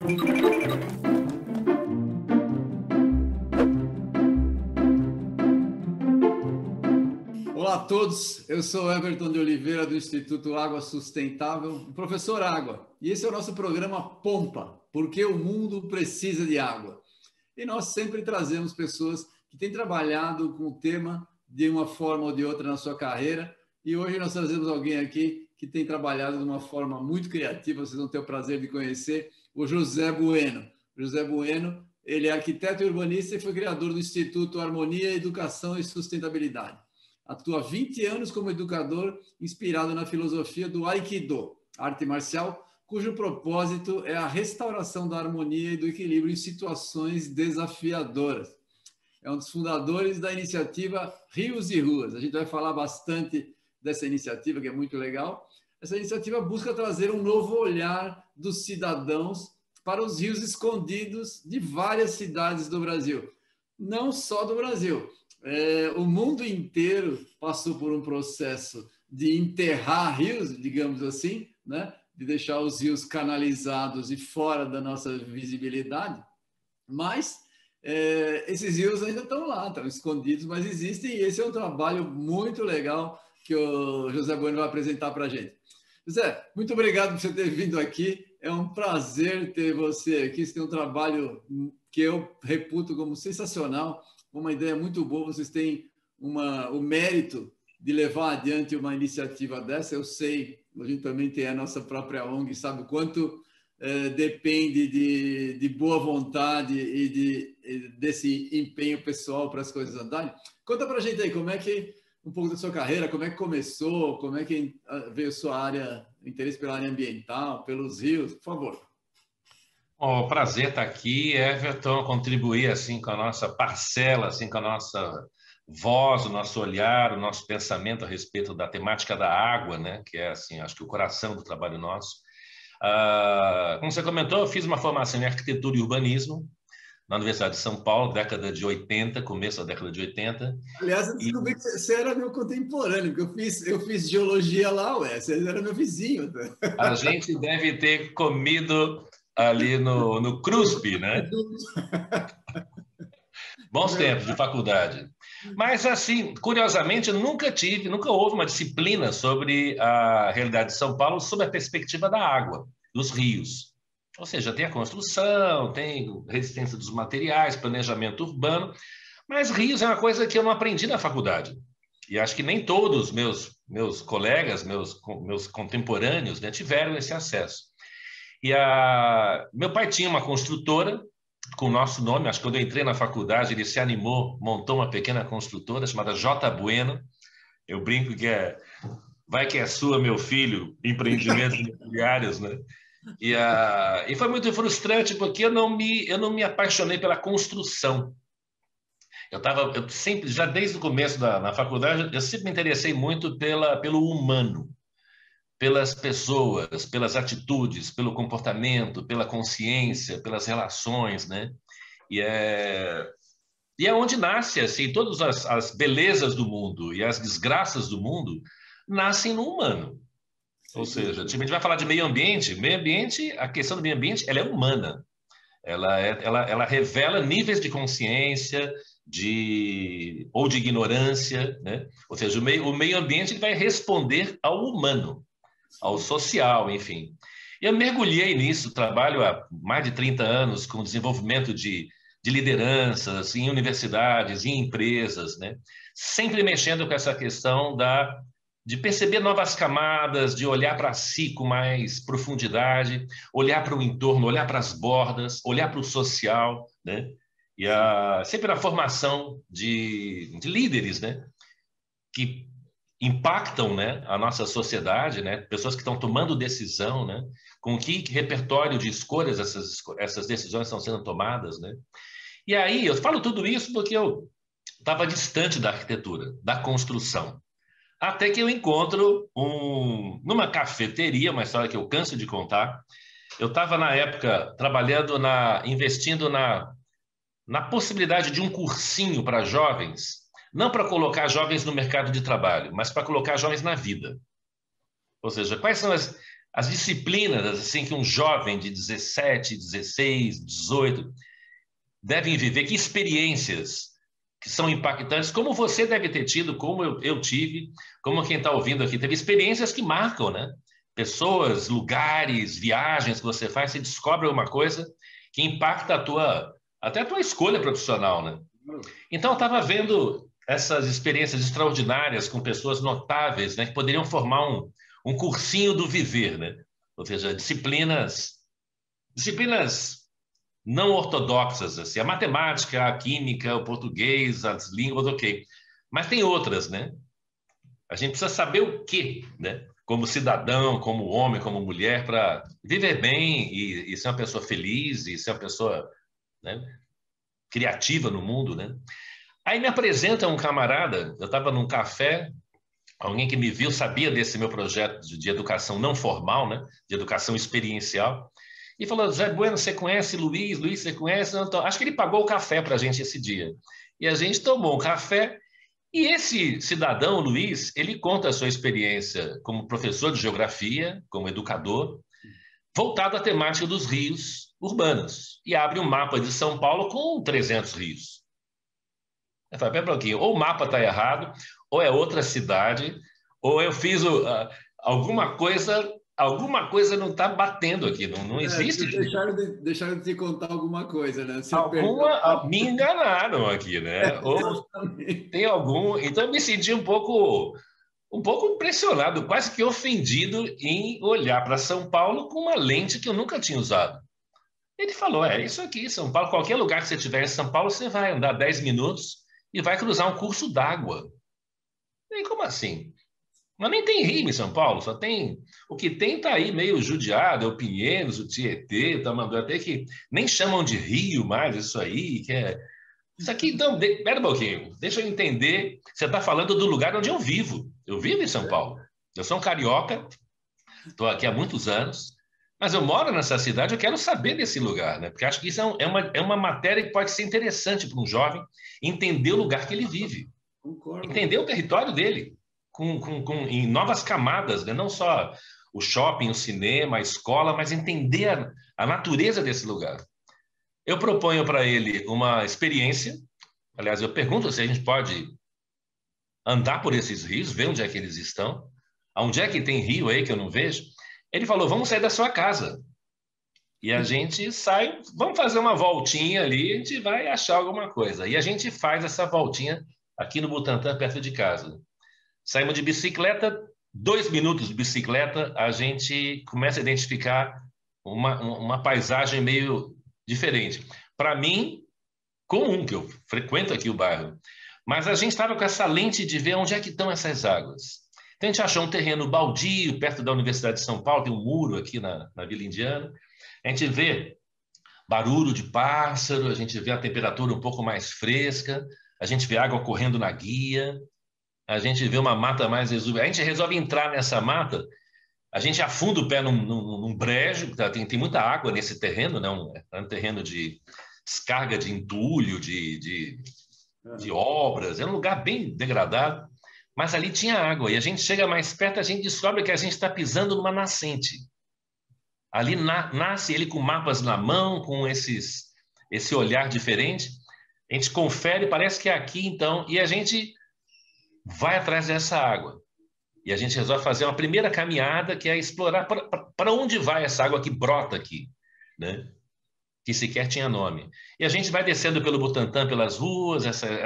Olá a todos, eu sou Everton de Oliveira do Instituto Água Sustentável, o professor Água, e esse é o nosso programa Pompa, porque o mundo precisa de água. E nós sempre trazemos pessoas que têm trabalhado com o tema de uma forma ou de outra na sua carreira, e hoje nós trazemos alguém aqui que tem trabalhado de uma forma muito criativa, vocês vão ter o prazer de conhecer, o José Bueno. José Bueno, ele é arquiteto e urbanista e foi criador do Instituto Harmonia, Educação e Sustentabilidade. Atua há 20 anos como educador, inspirado na filosofia do Aikido, arte marcial, cujo propósito é a restauração da harmonia e do equilíbrio em situações desafiadoras. É um dos fundadores da iniciativa Rios e Ruas. A gente vai falar bastante dessa iniciativa, que é muito legal. Essa iniciativa busca trazer um novo olhar dos cidadãos para os rios escondidos de várias cidades do Brasil. Não só do Brasil. O mundo inteiro passou por um processo de enterrar rios, digamos assim, né? De deixar os rios canalizados e fora da nossa visibilidade, mas esses rios ainda estão lá, estão escondidos, mas existem, e esse é um trabalho muito legal que o José Bueno vai apresentar para a gente. José, muito obrigado por você ter vindo aqui, é um prazer ter você aqui, você tem um trabalho que eu reputo como sensacional, uma ideia muito boa, vocês têm o mérito de levar adiante uma iniciativa dessa, eu sei, a gente também tem a nossa própria ONG, sabe o quanto depende de boa vontade e desse empenho pessoal para as coisas andarem. Conta para a gente aí, como é que, um pouco da sua carreira, como é que começou, como é que veio a sua área, interesse pela área ambiental, pelos rios, por favor. Oh, prazer estar aqui, Everton, contribuir assim com a nossa parcela, assim com a nossa voz, o nosso olhar, o nosso pensamento a respeito da temática da água, né? Que é assim, acho que o coração do trabalho nosso. Como você comentou, eu fiz uma formação em arquitetura e urbanismo na Universidade de São Paulo, década de 80, começo da década de 80. Aliás, eu descobri que você era meu contemporâneo, porque eu fiz geologia lá, você era meu vizinho. A gente deve ter comido ali no CRUSP, né? Bons tempos de faculdade. Mas, assim, curiosamente, nunca houve uma disciplina sobre a realidade de São Paulo sob a perspectiva da água, dos rios. Ou seja, tem a construção, tem resistência dos materiais, planejamento urbano, mas rios é uma coisa que eu não aprendi na faculdade. E acho que nem todos meus colegas, meus contemporâneos, né, tiveram esse acesso. E meu pai tinha uma construtora com o nosso nome, acho que quando eu entrei na faculdade, ele se animou, montou uma pequena construtora chamada J. Bueno. Eu brinco que vai que é sua, meu filho, empreendimentos imobiliários, né? E foi muito frustrante porque eu não me apaixonei pela construção. Eu sempre, já desde o começo na faculdade, eu sempre me interessei muito pelo humano, pelas pessoas, pelas atitudes, pelo comportamento, pela consciência, pelas relações, né? E é onde nasce, assim, todas as belezas do mundo e as desgraças do mundo nascem no humano. Ou seja, a gente vai falar de meio ambiente, a questão do meio ambiente, ela é humana. Ela revela níveis de consciência, ou de ignorância, né? Ou seja, o meio ambiente ele vai responder ao humano, ao social, enfim. Eu mergulhei nisso, trabalho há mais de 30 anos com desenvolvimento de lideranças em universidades, em empresas, né? Sempre mexendo com essa questão de perceber novas camadas, de olhar para si com mais profundidade, olhar para o entorno, olhar para as bordas, olhar para o social, né? E sempre a formação de líderes, né? Que impactam, né, a nossa sociedade, né, pessoas que estão tomando decisão, né, com que repertório de escolhas essas decisões estão sendo tomadas, né? E aí eu falo tudo isso porque eu estava distante da arquitetura, da construção, até que eu encontro numa cafeteria, uma história que eu canso de contar. Eu estava na época trabalhando investindo na possibilidade de um cursinho para jovens. Não para colocar jovens no mercado de trabalho, mas para colocar jovens na vida. Ou seja, quais são as disciplinas assim que um jovem de 17, 16, 18 devem viver, que experiências que são impactantes, como você deve ter tido, como eu tive, como quem está ouvindo aqui, teve experiências que marcam, né? Pessoas, lugares, viagens que você faz, você descobre uma coisa que impacta até a tua escolha profissional, né? Então, eu estava vendo essas experiências extraordinárias com pessoas notáveis, né, que poderiam formar um cursinho do viver, né? Ou seja, disciplinas não ortodoxas, assim, a matemática, a química, o português, as línguas, ok. Mas tem outras, né? A gente precisa saber o quê, né? Como cidadão, como homem, como mulher, para viver bem e ser uma pessoa feliz e ser uma pessoa, né, criativa no mundo, né? Aí me apresenta um camarada, eu estava num café, alguém que me viu sabia desse meu projeto de educação não formal, né? De educação experiencial. E falou, Zé Bueno, você conhece Luiz? Luiz, você conhece? Acho que ele pagou o café para a gente esse dia. E a gente tomou um café. E esse cidadão, Luiz, ele conta a sua experiência como professor de geografia, como educador, voltado à temática dos rios urbanos. E abre um mapa de São Paulo com 300 rios. Eu falei, pera um pouquinho, ou o mapa está errado, ou é outra cidade, ou eu fiz alguma coisa não está batendo aqui, não existe. Deixaram de te contar alguma coisa, né? Você me enganaram aqui, né? Ou tem algum. Então eu me senti um pouco impressionado, quase que ofendido em olhar para São Paulo com uma lente que eu nunca tinha usado. Ele falou, isso aqui, São Paulo, qualquer lugar que você estiver em São Paulo, você vai andar 10 minutos e vai cruzar um curso d'água. E como assim? Mas nem tem rio em São Paulo, só tem... O que tem está aí meio judiado, é o Pinheiros, o Tietê, até que nem chamam de rio mais isso aí, que é... Isso aqui, então, pera um pouquinho, deixa eu entender. Você está falando do lugar onde eu vivo. Eu vivo em São Paulo. Eu sou um carioca, estou aqui há muitos anos, mas eu moro nessa cidade, eu quero saber desse lugar, né? Porque acho que isso é uma matéria que pode ser interessante para um jovem entender o lugar que ele vive. Concordo. Entender o território dele em novas camadas, né? Não só o shopping, o cinema, a escola, mas entender a natureza desse lugar. Eu proponho para ele uma experiência, aliás, eu pergunto se a gente pode andar por esses rios, ver onde é que eles estão, onde é que tem rio aí que eu não vejo. Ele falou, vamos sair da sua casa. E a gente sai, vamos fazer uma voltinha ali, a gente vai achar alguma coisa. E a gente faz essa voltinha aqui no Butantã, perto de casa. Saímos de bicicleta, 2 minutos de bicicleta, a gente começa a identificar uma paisagem meio diferente. Para mim, comum, que eu frequento aqui o bairro. Mas a gente estava com essa lente de ver onde é que estão essas águas. Então a gente achou um terreno baldio, perto da Universidade de São Paulo, tem um muro aqui na Vila Indiana. A gente vê barulho de pássaro, a gente vê a temperatura um pouco mais fresca, a gente vê água correndo na guia, a gente vê uma mata mais exuberante. A gente resolve entrar nessa mata, a gente afunda o pé num brejo, tem muita água nesse terreno, né? É um terreno de descarga de entulho, de obras, é um lugar bem degradado, mas ali tinha água, e a gente chega mais perto, a gente descobre que a gente está pisando numa nascente. Ali nasce ele com mapas na mão, com esse olhar diferente, a gente confere, parece que é aqui então, e a gente vai atrás dessa água. E a gente resolve fazer uma primeira caminhada, que é explorar para onde vai essa água que brota aqui, né? Que sequer tinha nome. E a gente vai descendo pelo Butantã, pelas ruas,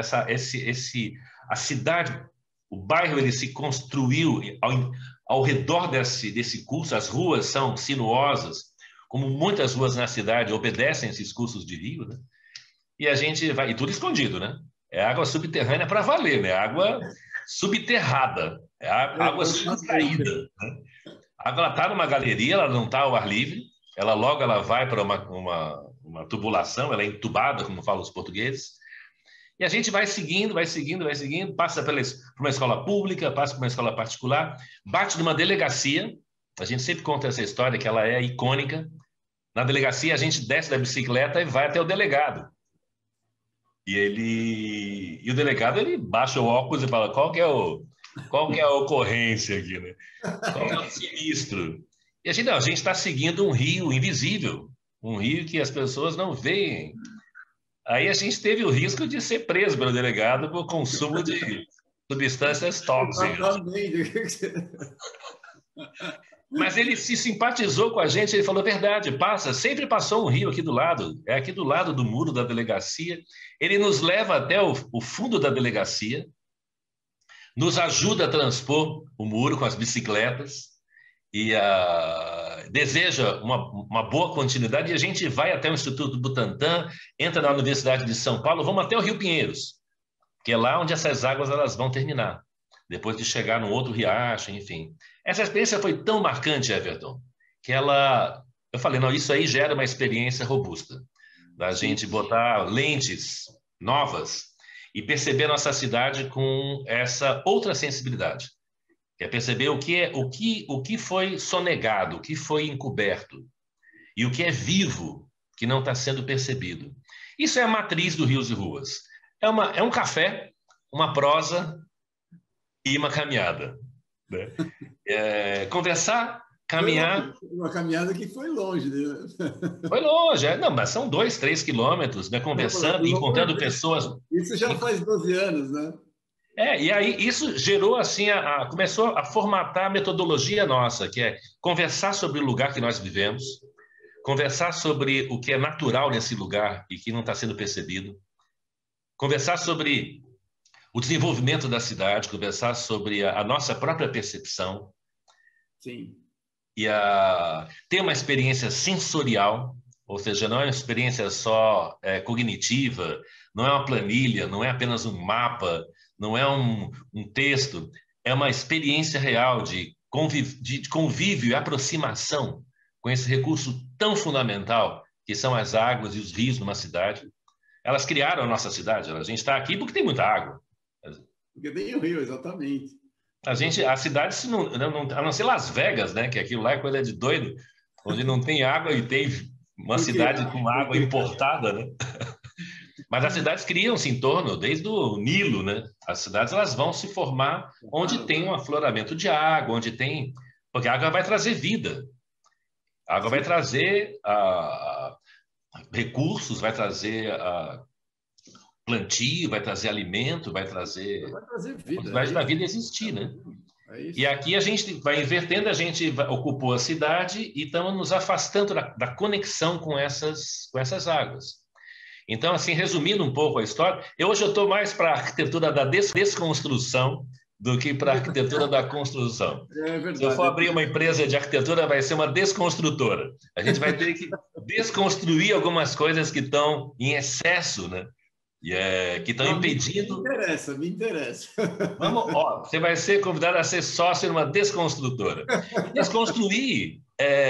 a cidade, o bairro, ele se construiu ao redor desse curso, as ruas são sinuosas, como muitas ruas na cidade obedecem a esses cursos de rio, né? E a gente vai, e tudo escondido, né? É água subterrânea para valer, né? Água subterrada, é água subtraída, né? A água está numa galeria, ela não está ao ar livre, ela vai para uma tubulação, ela é entubada, como falam os portugueses, e a gente vai seguindo, passa por uma escola pública, passa por uma escola particular, bate numa delegacia, a gente sempre conta essa história, que ela é icônica. Na delegacia, a gente desce da bicicleta e vai até o delegado. E o delegado, ele baixa o óculos e fala, qual que é a ocorrência aqui, né? Qual é o sinistro? E a gente está seguindo um rio invisível, um rio que as pessoas não veem. Aí a gente teve o risco de ser preso pelo delegado por consumo de substâncias tóxicas. Exatamente. Mas ele se simpatizou com a gente, ele falou, verdade, sempre passou um rio aqui do lado, é aqui do lado do muro da delegacia. Ele nos leva até o fundo da delegacia, nos ajuda a transpor o muro com as bicicletas e deseja uma boa continuidade. E a gente vai até o Instituto Butantan, entra na Universidade de São Paulo, vamos até o Rio Pinheiros, que é lá onde essas águas elas vão terminar, depois de chegar no outro riacho, enfim. Essa experiência foi tão marcante, Everton, que eu falei, não, isso aí gera uma experiência robusta, da gente botar lentes novas e perceber nossa cidade com essa outra sensibilidade, que é perceber o que foi sonegado, o que foi encoberto, e o que é vivo, que não está sendo percebido. Isso é a matriz do Rios e Ruas. É um café, uma prosa e uma caminhada. Né? Conversar, caminhar... Uma caminhada que foi longe. Né? Foi longe. Não, mas são 2, 3 quilômetros, né? Conversando, encontrando pessoas... Isso já faz 12 anos, né? E aí isso gerou, assim, começou a formatar a metodologia nossa, que é conversar sobre o lugar que nós vivemos, conversar sobre o que é natural nesse lugar e que não está sendo percebido, conversar sobre o desenvolvimento da cidade, conversar sobre a nossa própria percepção. Sim. E ter uma experiência sensorial, ou seja, não é uma experiência só cognitiva, não é uma planilha, não é apenas um mapa, não é um texto, é uma experiência real de convívio e aproximação com esse recurso tão fundamental que são as águas e os rios numa cidade. Elas criaram a nossa cidade, a gente está aqui porque tem muita água. Porque tem o rio, exatamente. A cidade, a não ser Las Vegas, né, que aquilo lá é coisa de doido, onde não tem água e tem uma cidade com água importada, né? Mas as cidades criam-se em torno, desde o Nilo, né? As cidades elas vão se formar onde tem um afloramento de água, onde tem... Porque a água vai trazer vida. A água vai trazer recursos, vai trazer plantio, vai trazer alimento, vai trazer vida. Para a vida existir, né? E aqui a gente vai invertendo, a gente ocupou a cidade e estamos nos afastando da conexão com essas águas. Então, assim, resumindo um pouco a história, hoje eu estou mais para a arquitetura da desconstrução do que para a arquitetura da construção. É verdade. Se eu for abrir uma empresa de arquitetura, vai ser uma desconstrutora. A gente vai ter que desconstruir algumas coisas que estão em excesso, né? Que estão impedindo... Me interessa. Vamos, você vai ser convidado a ser sócio numa desconstrutora. Desconstruir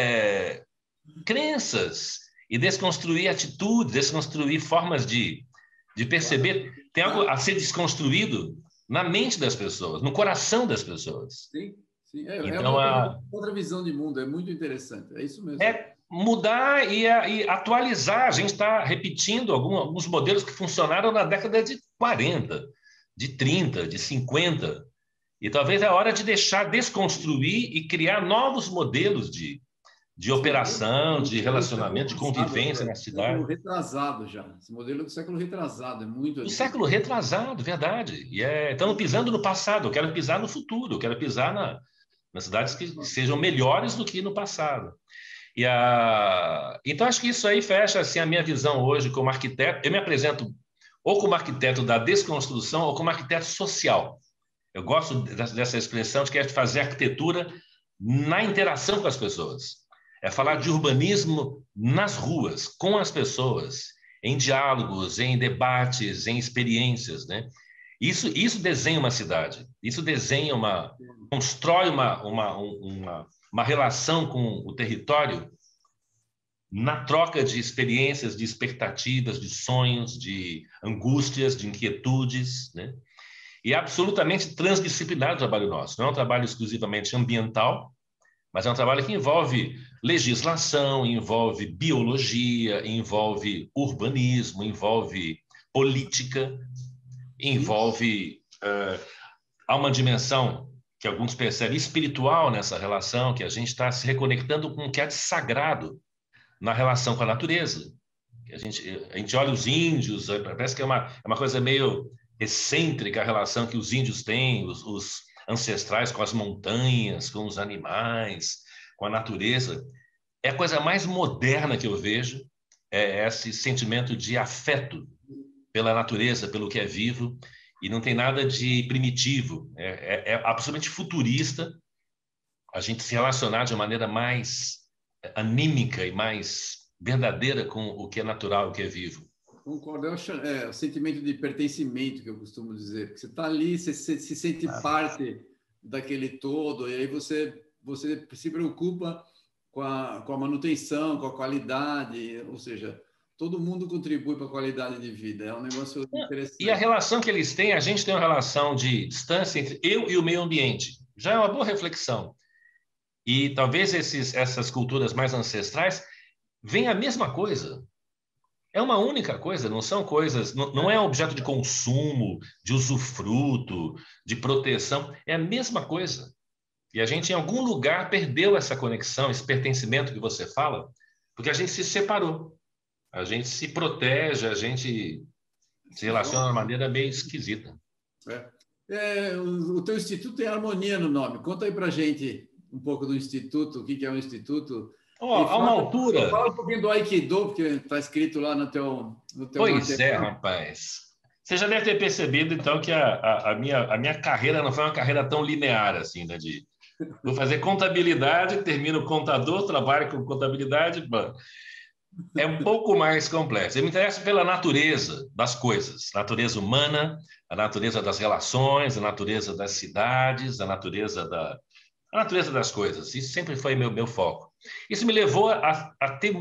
crenças e desconstruir atitudes, desconstruir formas de perceber. Tem algo a ser desconstruído na mente das pessoas, no coração das pessoas. Sim. Então, outra visão de mundo, é muito interessante, é isso mesmo. Mudar e atualizar. A gente está repetindo alguns modelos que funcionaram na década de 40, de 30, de 50. E talvez é hora de desconstruir e criar novos modelos de operação, de relacionamento, de convivência na cidade. Século retrasado já. Esse modelo do século retrasado é muito... Do século retrasado, verdade. Estamos pisando no passado. Eu quero pisar no futuro. Eu quero pisar nas cidades que sejam melhores do que no passado. Então, acho que isso aí fecha assim, a minha visão hoje como arquiteto. Eu me apresento ou como arquiteto da desconstrução ou como arquiteto social. Eu gosto dessa expressão de que é fazer arquitetura na interação com as pessoas. É falar de urbanismo nas ruas, com as pessoas, em diálogos, em debates, em experiências, né? Isso desenha uma cidade. Isso desenha constrói uma relação com o território na troca de experiências, de expectativas, de sonhos, de angústias, de inquietudes, né? E é absolutamente transdisciplinar o trabalho nosso. Não é um trabalho exclusivamente ambiental, mas é um trabalho que envolve legislação, envolve biologia, envolve urbanismo, envolve política, envolve... há uma dimensão que alguns percebem espiritual nessa relação, que a gente está se reconectando com o que há de sagrado na relação com a natureza. A gente olha os índios, parece que é uma coisa meio excêntrica a relação que os índios têm, os ancestrais com as montanhas, com os animais, com a natureza. É a coisa mais moderna que eu vejo, é esse sentimento de afeto pela natureza, pelo que é vivo, e não tem nada de primitivo, é absolutamente futurista a gente se relacionar de uma maneira mais anímica e mais verdadeira com o que é natural, o que é vivo. Concordo, é o sentimento de pertencimento que eu costumo dizer. Você está ali, você se sente parte daquele todo, e aí você se preocupa com a manutenção, com a qualidade, ou seja, todo mundo contribui para a qualidade de vida. É um negócio interessante. E a relação que eles têm, a gente tem uma relação de distância entre eu e o meio ambiente. Já é uma boa reflexão. E talvez essas culturas mais ancestrais venham a mesma coisa. É uma única coisa, não são coisas, não é objeto de consumo, de usufruto, de proteção, é a mesma coisa. E a gente, em algum lugar, perdeu essa conexão, esse pertencimento que você fala, porque a gente se separou. A gente se protege, a gente se relaciona de uma maneira meio esquisita. O teu instituto tem harmonia no nome. Conta aí para gente um pouco do instituto, o que é um instituto. A uma altura... Fala um pouquinho do Aikido, porque está escrito lá no teu Pois material. Rapaz. Você já deve ter percebido, então, que a minha carreira não foi uma carreira tão linear, assim, né? Vou fazer contabilidade, termino contador, trabalho com contabilidade... É um pouco mais complexo. Eu me interesso pela natureza das coisas, natureza humana, a natureza das relações, a natureza das cidades, a natureza das coisas. Isso sempre foi meu foco. Isso me levou a ter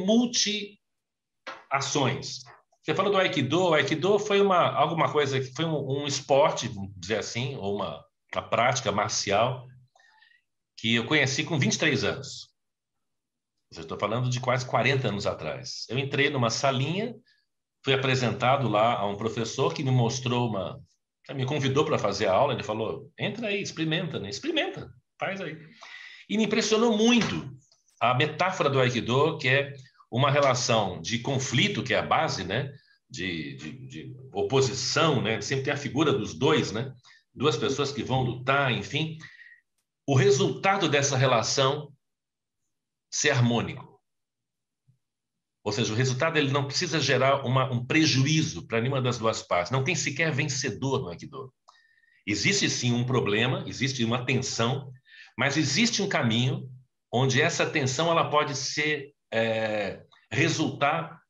multi-ações. Você falou do Aikido. O Aikido foi alguma coisa que foi um esporte, vamos dizer assim, ou uma prática marcial que eu conheci com 23 anos. Eu estou falando de quase 40 anos atrás. Eu entrei numa salinha, fui apresentado lá a um professor que me mostrou me convidou para fazer a aula. Ele falou: entra aí, experimenta, né? Experimenta, faz aí. E me impressionou muito a metáfora do Aikido, que é uma relação de conflito, que é a base, né? De oposição, né? Sempre tem a figura dos dois, né? Duas pessoas que vão lutar, enfim. O resultado dessa relação ser harmônico. Ou seja, o resultado ele não precisa gerar um prejuízo para nenhuma das duas partes. Não tem sequer vencedor no Aikido. Existe sim um problema, existe uma tensão, mas existe um caminho onde essa tensão ela pode resultar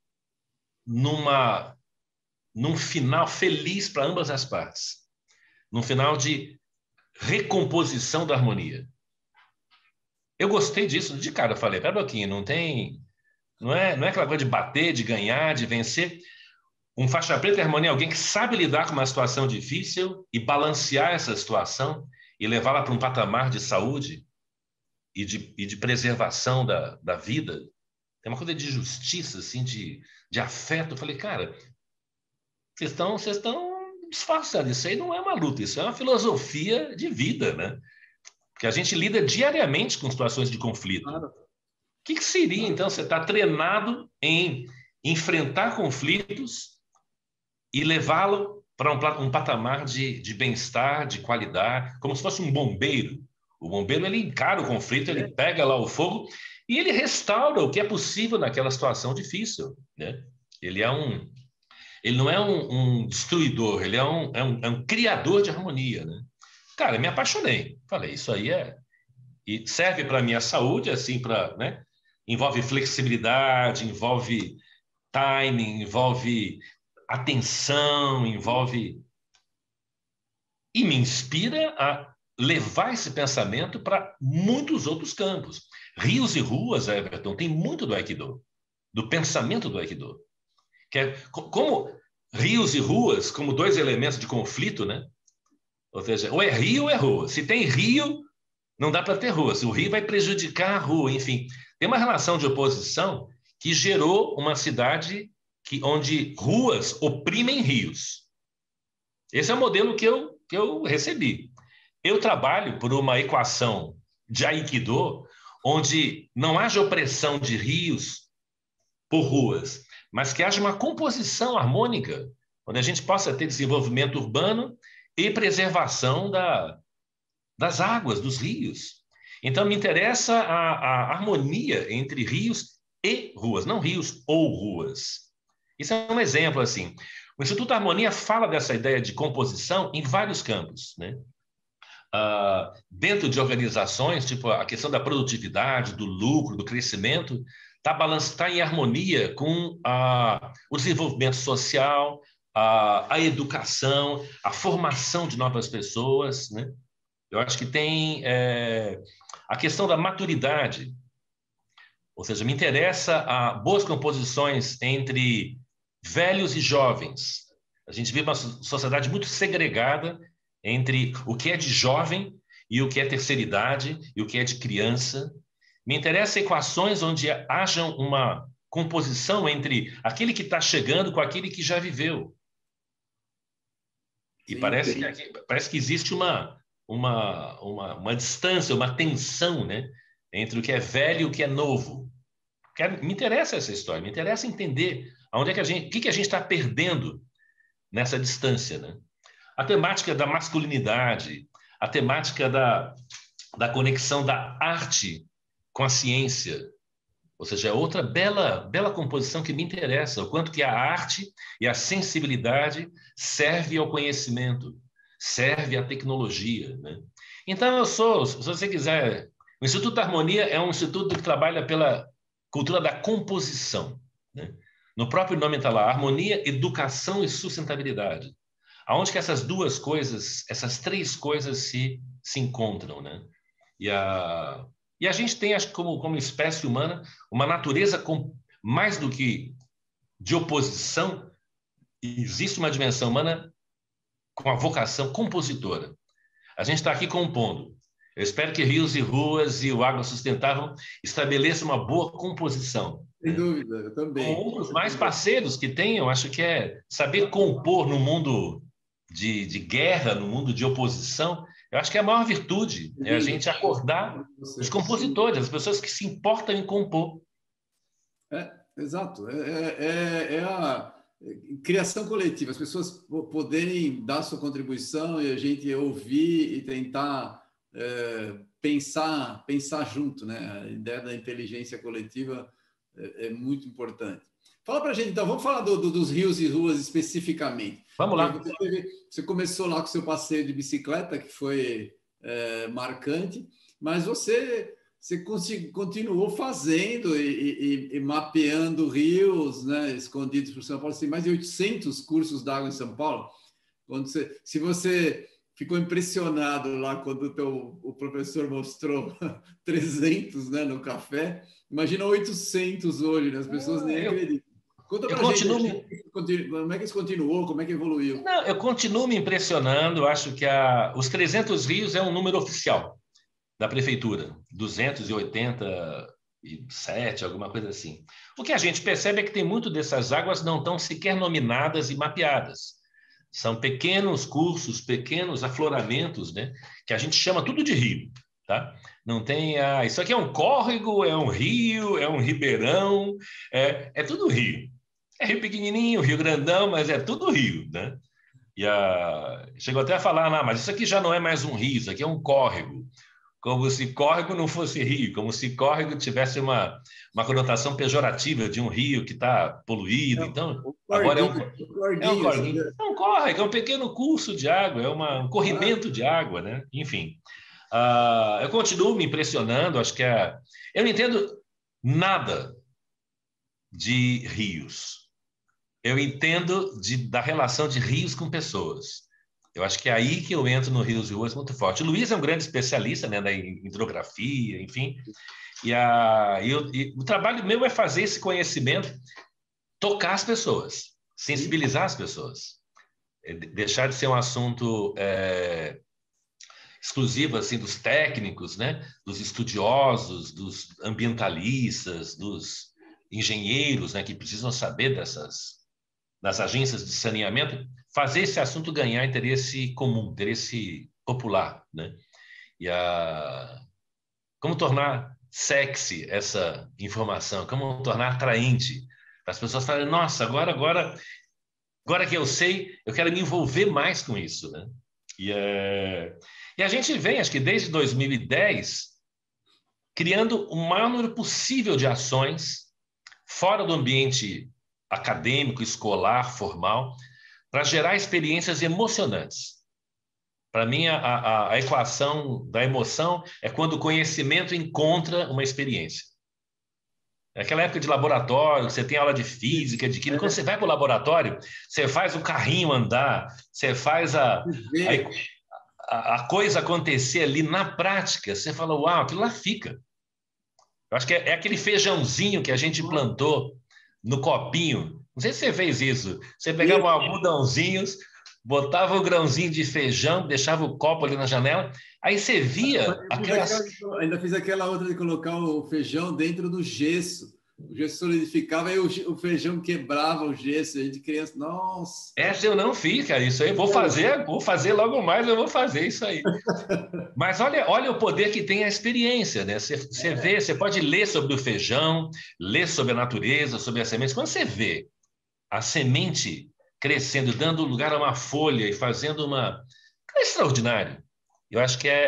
num final feliz para ambas as partes. Num final de recomposição da harmonia. Eu gostei disso de cara. Eu falei, pera um pouquinho, não é aquela coisa de bater, de ganhar, de vencer. Um faixa preta e harmonia é alguém que sabe lidar com uma situação difícil e balancear essa situação e levá-la para um patamar de saúde e de preservação da vida. Tem uma coisa de justiça, assim, de afeto. Eu falei, cara, vocês estão disfarçados. Isso aí não é uma luta, isso é uma filosofia de vida, né? Porque a gente lida diariamente com situações de conflito. Claro. O que seria, então, você estar treinado em enfrentar conflitos e levá-lo para um patamar de bem-estar, de qualidade, como se fosse um bombeiro. O bombeiro, ele encara o conflito, ele pega lá o fogo e ele restaura o que é possível naquela situação difícil, né? Ele não é um destruidor, ele é um criador de harmonia, né? Cara, eu me apaixonei. Falei, isso aí e serve para a minha saúde, assim, né? Envolve flexibilidade, envolve timing, envolve atenção, envolve... E me inspira a levar esse pensamento para muitos outros campos. Rios e ruas, Everton, tem muito do Aikido, do pensamento do Aikido. Que é como rios e ruas, como dois elementos de conflito, né? Ou seja, ou é rio ou é rua. Se tem rio, não dá para ter rua. Se o rio vai prejudicar a rua, enfim. Tem uma relação de oposição que gerou uma cidade onde ruas oprimem rios. Esse é o modelo que eu recebi. Eu trabalho por uma equação de Aikido, onde não haja opressão de rios por ruas, mas que haja uma composição harmônica, onde a gente possa ter desenvolvimento urbano e preservação das águas, dos rios. Então, me interessa a harmonia entre rios e ruas, não rios ou ruas. Isso é um exemplo, assim. O Instituto Harmonia fala dessa ideia de composição em vários campos, né? Dentro de organizações, tipo a questão da produtividade, do lucro, do crescimento, está em harmonia com o desenvolvimento social, a educação, a formação de novas pessoas, né? Eu acho que tem a questão da maturidade, ou seja, me interessa boas composições entre velhos e jovens. A gente vive uma sociedade muito segregada entre o que é de jovem e o que é terceira idade e o que é de criança. Me interessa equações onde hajam uma composição entre aquele que está chegando com aquele que já viveu. E parece que existe uma distância, uma tensão, né, entre o que é velho e o que é novo. Me interessa essa história, me interessa entender aonde é que o que a gente está perdendo nessa distância, né? A temática da masculinidade, a temática da conexão da arte com a ciência, ou seja, é outra bela composição que me interessa, o quanto que a arte e a sensibilidade serve ao conhecimento, serve à tecnologia, né? Então, se você quiser, o Instituto Harmonia é um instituto que trabalha pela cultura da composição, né? No próprio nome está lá, harmonia, educação e sustentabilidade. Aonde que essas duas coisas, essas três coisas se encontram, né? E a gente tem, acho que como espécie humana, uma natureza mais do que de oposição, existe uma dimensão humana com a vocação compositora. A gente está aqui compondo. Eu espero que Rios e Ruas e o Água Sustentável estabeleçam uma boa composição. Sem dúvida, eu também. Com outros mais parceiros que tenham, acho que é saber compor no mundo de guerra, no mundo de oposição. Eu acho que é a maior virtude é a gente acordar os compositores, as pessoas que se importam em compor. Exato. É a criação coletiva, as pessoas poderem dar sua contribuição e a gente ouvir e tentar pensar junto, né? A ideia da inteligência coletiva é muito importante. Fala para a gente, então, vamos falar dos rios e ruas especificamente. Vamos lá. Você começou lá com o seu passeio de bicicleta, que foi marcante, mas você continuou fazendo e mapeando rios, né, escondidos por São Paulo. Você tem mais de 800 cursos d'água em São Paulo. Se você ficou impressionado lá quando o professor mostrou 300, né, no café, imagina 800 hoje, né? As pessoas nem acreditam. Conta pra gente como é que isso continuou, como é que evoluiu. Não, eu continuo me impressionando, acho que os 300 rios é um número oficial da prefeitura, 287, alguma coisa assim. O que a gente percebe é que tem muito dessas águas não estão sequer nominadas e mapeadas. São pequenos cursos, pequenos afloramentos, né, que a gente chama tudo de rio, tá? Não tem isso aqui é um córrego, é um rio, é um ribeirão, é tudo rio. É rio pequenininho, rio grandão, mas é tudo rio, né? Chegou até a falar, não, mas isso aqui já não é mais um rio, isso aqui é um córrego. Como se córrego não fosse rio, como se córrego tivesse uma conotação pejorativa de um rio que está poluído. Então, agora é um corguinho. É um córrego, é um pequeno curso de água, é um corrimento de água, né? Enfim, eu continuo me impressionando, acho que eu não entendo nada de rios. Eu entendo da relação de rios com pessoas. Eu acho que é aí que eu entro no Rios e Ruas muito forte. O Luiz é um grande especialista, né, na hidrografia, enfim. E o trabalho meu é fazer esse conhecimento tocar as pessoas, sensibilizar as pessoas. Deixar de ser um assunto exclusivo assim, dos técnicos, né, dos estudiosos, dos ambientalistas, dos engenheiros, né, que precisam saber das agências de saneamento, fazer esse assunto ganhar interesse comum, interesse popular, né? Como tornar sexy essa informação, como tornar atraente para as pessoas falarem, nossa, agora que eu sei, eu quero me envolver mais com isso, né? E a gente vem, acho que desde 2010, criando o maior número possível de ações fora do ambiente acadêmico, escolar, formal, para gerar experiências emocionantes. Para mim, a equação da emoção é quando o conhecimento encontra uma experiência. Naquela época de laboratório, você tem aula de física, de química. Quando você vai para o laboratório, você faz o carrinho andar, você faz a coisa acontecer ali na prática. Você fala, uau, aquilo lá fica. Eu acho que é aquele feijãozinho que a gente plantou no copinho. Não sei se você fez isso. Você pegava algodãozinhos, botava o grãozinho de feijão, deixava o copo ali na janela, aí você via aquelas... Ainda fiz aquela outra de colocar o feijão dentro do gesso. O gesso solidificava e o feijão quebrava o gesso. A gente criança, nossa. Essa eu não fiz, cara. Isso aí vou fazer logo mais, eu vou fazer isso aí. Mas olha o poder que tem a experiência, né? Você vê, você pode ler sobre o feijão, ler sobre a natureza, sobre as sementes. Quando você vê a semente crescendo, dando lugar a uma folha e fazendo uma... É extraordinário. Eu acho que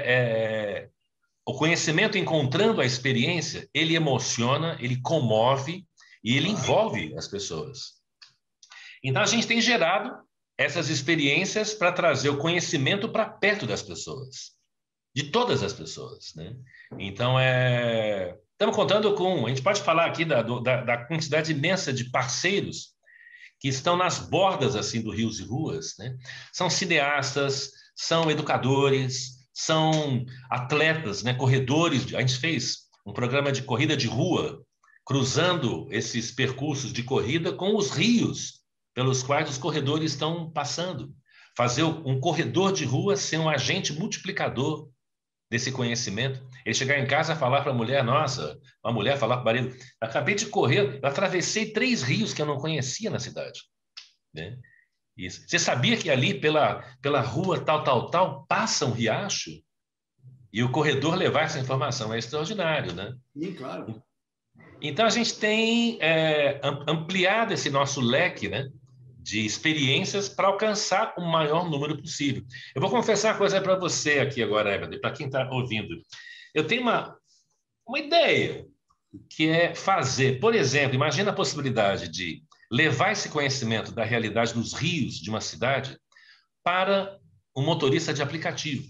o conhecimento encontrando a experiência, ele emociona, ele comove e ele envolve as pessoas. Então, a gente tem gerado essas experiências para trazer o conhecimento para perto das pessoas, de todas as pessoas, né? Então, estamos contando com... A gente pode falar aqui da quantidade imensa de parceiros que estão nas bordas assim do Rios e Ruas, né? São cineastas, são educadores, são atletas, né? Corredores. A gente fez um programa de corrida de rua, cruzando esses percursos de corrida com os rios pelos quais os corredores estão passando. Fazer um corredor de rua ser um agente multiplicador desse conhecimento. Ele chegar em casa e falar para a mulher, nossa, uma mulher falar para o marido, acabei de correr, eu atravessei 3 rios que eu não conhecia na cidade. Né? Isso. Você sabia que ali pela rua tal, passa um riacho? E o corredor levar essa informação é extraordinário, né? Sim, claro. Então, a gente tem ampliado esse nosso leque, né, de experiências para alcançar o maior número possível. Eu vou confessar uma coisa para você aqui agora, Everton, para quem está ouvindo. Eu tenho uma ideia, que é fazer, por exemplo, imagina a possibilidade de levar esse conhecimento da realidade dos rios de uma cidade para um motorista de aplicativo.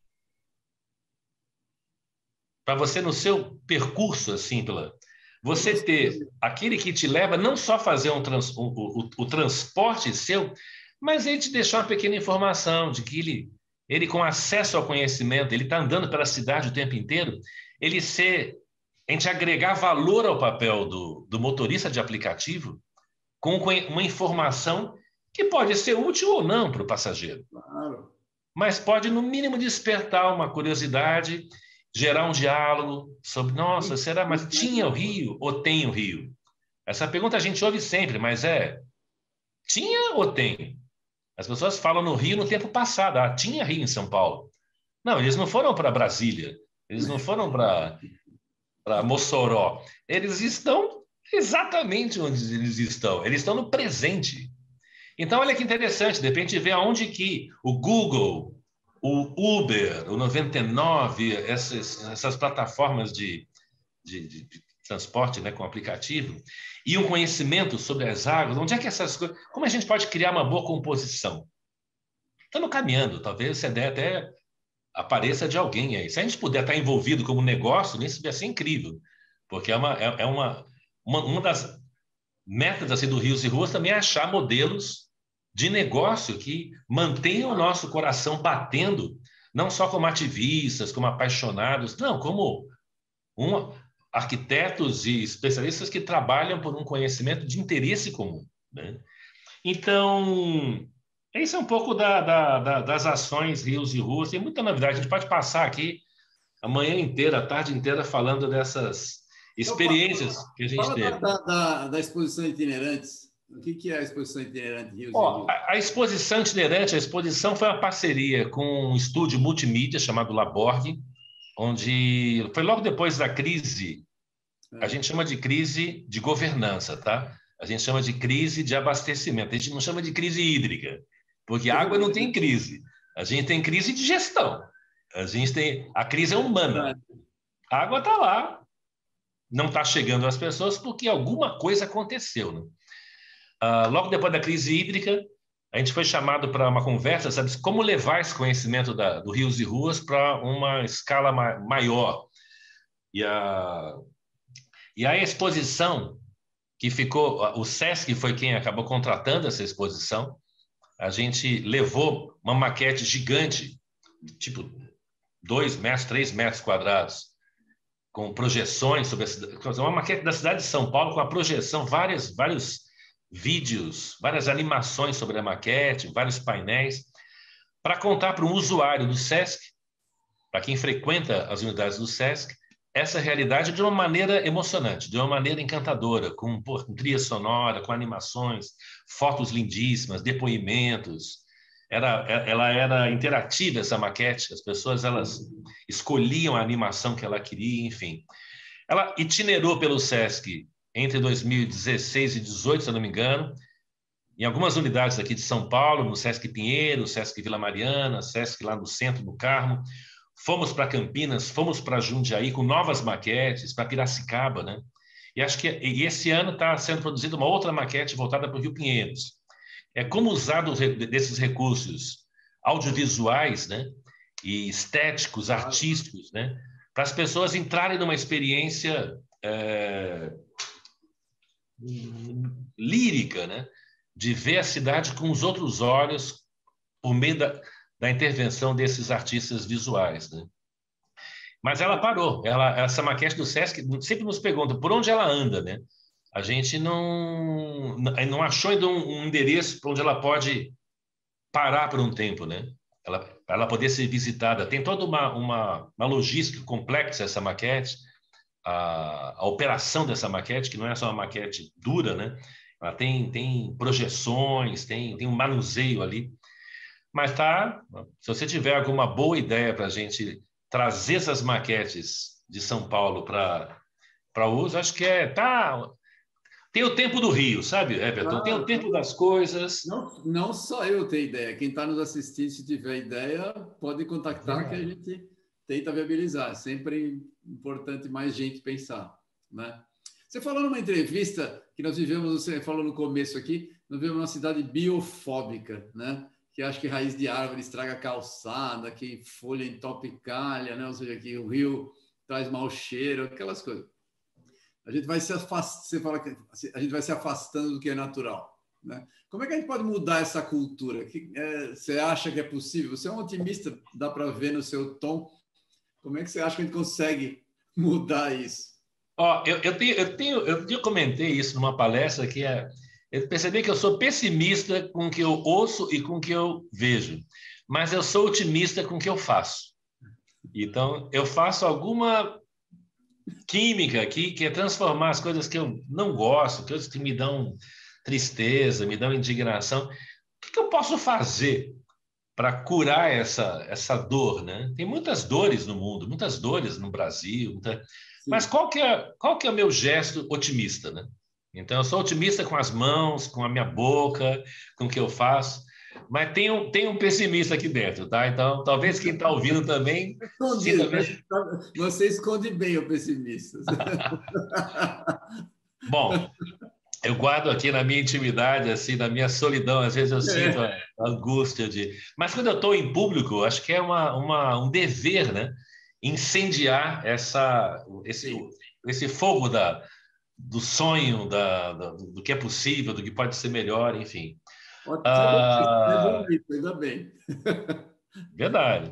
Para você, no seu percurso, assim, você ter aquele que te leva não só fazer o transporte seu, mas ele te deixar uma pequena informação de que ele com acesso ao conhecimento, ele está andando pela cidade o tempo inteiro, a gente agregar valor ao papel do motorista de aplicativo com uma informação que pode ser útil ou não para o passageiro. Claro. Mas pode, no mínimo, despertar uma curiosidade, gerar um diálogo sobre, nossa, será, mas tinha o rio ou tem o rio? Essa pergunta a gente ouve sempre, mas tinha ou tem? As pessoas falam no Rio no tempo passado, tinha rio em São Paulo. Não, eles não foram para Brasília, eles não foram para Mossoró. Eles estão exatamente onde eles estão no presente. Então, olha que interessante, de repente vê aonde que o Google, o Uber, o 99, essas plataformas de transporte, né, com aplicativo, e um conhecimento sobre as águas, onde é que essas coisas... Como a gente pode criar uma boa composição? Estamos caminhando, talvez essa ideia até apareça de alguém aí. Se a gente puder estar envolvido como negócio, isso vai ser incrível, porque uma das metas assim, do Rios e Ruas também é achar modelos de negócio que mantenham o nosso coração batendo, não só como ativistas, como apaixonados, não, como arquitetos e especialistas que trabalham por um conhecimento de interesse comum. Né? Então, esse é um pouco das ações Rios e Ruas. Tem muita novidade. A gente pode passar aqui a manhã inteira, a tarde inteira, falando dessas experiências que a gente teve. Da exposição itinerantes. O que é a exposição itinerante Rios e Ó, Ruas? a exposição itinerante, a exposição foi uma parceria com um estúdio multimídia chamado Laborg, onde foi logo depois da crise. A gente chama de crise de governança, tá? A gente chama de crise de abastecimento. A gente não chama de crise hídrica, porque água não tem crise. A gente tem crise de gestão. A crise é humana. A água está lá, não está chegando às pessoas porque alguma coisa aconteceu, né? Logo depois da crise hídrica, a gente foi chamado para uma conversa, sabe, como levar esse conhecimento do Rios e Ruas para uma escala maior. E a exposição que ficou, o SESC foi quem acabou contratando essa exposição. A gente levou uma maquete gigante, tipo 2 metros, 3 metros quadrados, com projeções sobre a cidade, uma maquete da cidade de São Paulo com a projeção, vários vídeos, várias animações sobre a maquete, vários painéis, para contar para um usuário do SESC, para quem frequenta as unidades do SESC, essa realidade de uma maneira emocionante, de uma maneira encantadora, com trilha sonora, com animações, fotos lindíssimas, depoimentos. Ela era interativa, essa maquete, as pessoas elas escolhiam a animação que ela queria, enfim. Ela itinerou pelo SESC entre 2016 e 2018, se eu não me engano, em algumas unidades aqui de São Paulo, no SESC Pinheiro, SESC Vila Mariana, SESC lá no centro, no Carmo. Fomos para Campinas, fomos para Jundiaí com novas maquetes, para Piracicaba, né? E acho que esse ano está sendo produzida uma outra maquete voltada para o Rio Pinheiros. É como usar desses recursos audiovisuais, né? E estéticos, artísticos, né? Para as pessoas entrarem numa experiência lírica, né? De ver a cidade com os outros olhos por meio da intervenção desses artistas visuais, né? Mas ela parou. Essa maquete do SESC sempre nos pergunta por onde ela anda, né? A gente não achou ainda um endereço para onde ela pode parar por um tempo, né? Ela poder ser visitada. Tem toda uma logística complexa essa maquete, a operação dessa maquete, que não é só uma maquete dura, né? Ela tem projeções, tem um manuseio ali. Mas se você tiver alguma boa ideia para a gente trazer essas maquetes de São Paulo para uso, acho que tem o tempo do Rio, sabe, Everton? Tem o tempo das coisas. Não só eu tenho ideia. Quem está nos assistindo, se tiver ideia, pode contactar que a gente tenta viabilizar. É sempre importante mais gente pensar, né? Você falou numa entrevista que nós vivemos, você falou no começo aqui, nós vivemos uma cidade biofóbica, né? Que acho que raiz de árvore estraga a calçada, que folha entope calha, né? Ou seja, que o rio traz mau cheiro, aquelas coisas. A gente vai se afastando, você fala que a gente vai se afastando do que é natural, né? Como é que a gente pode mudar essa cultura? Você acha que é possível? Você é um otimista, dá para ver no seu tom. Como é que você acha que a gente consegue mudar isso? Eu comentei isso numa palestra eu percebi que eu sou pessimista com o que eu ouço e com o que eu vejo, mas eu sou otimista com o que eu faço. Então, eu faço alguma química aqui que é transformar as coisas que eu não gosto, coisas que me dão tristeza, me dão indignação. O que eu posso fazer para curar essa dor, né? Tem muitas dores no mundo, muitas dores no Brasil, mas qual que é o meu gesto otimista, né? Então, eu sou otimista com as mãos, com a minha boca, com o que eu faço, mas tem um pessimista aqui dentro, tá? Então, talvez quem está ouvindo também... Você esconde bem o pessimista. Bom, eu guardo aqui na minha intimidade, assim, na minha solidão, às vezes eu sinto a angústia de... Mas quando eu estou em público, acho que é um dever, né? Incendiar esse fogo do sonho, do que é possível, do que pode ser melhor, enfim. É bom isso, ainda bem. Verdade.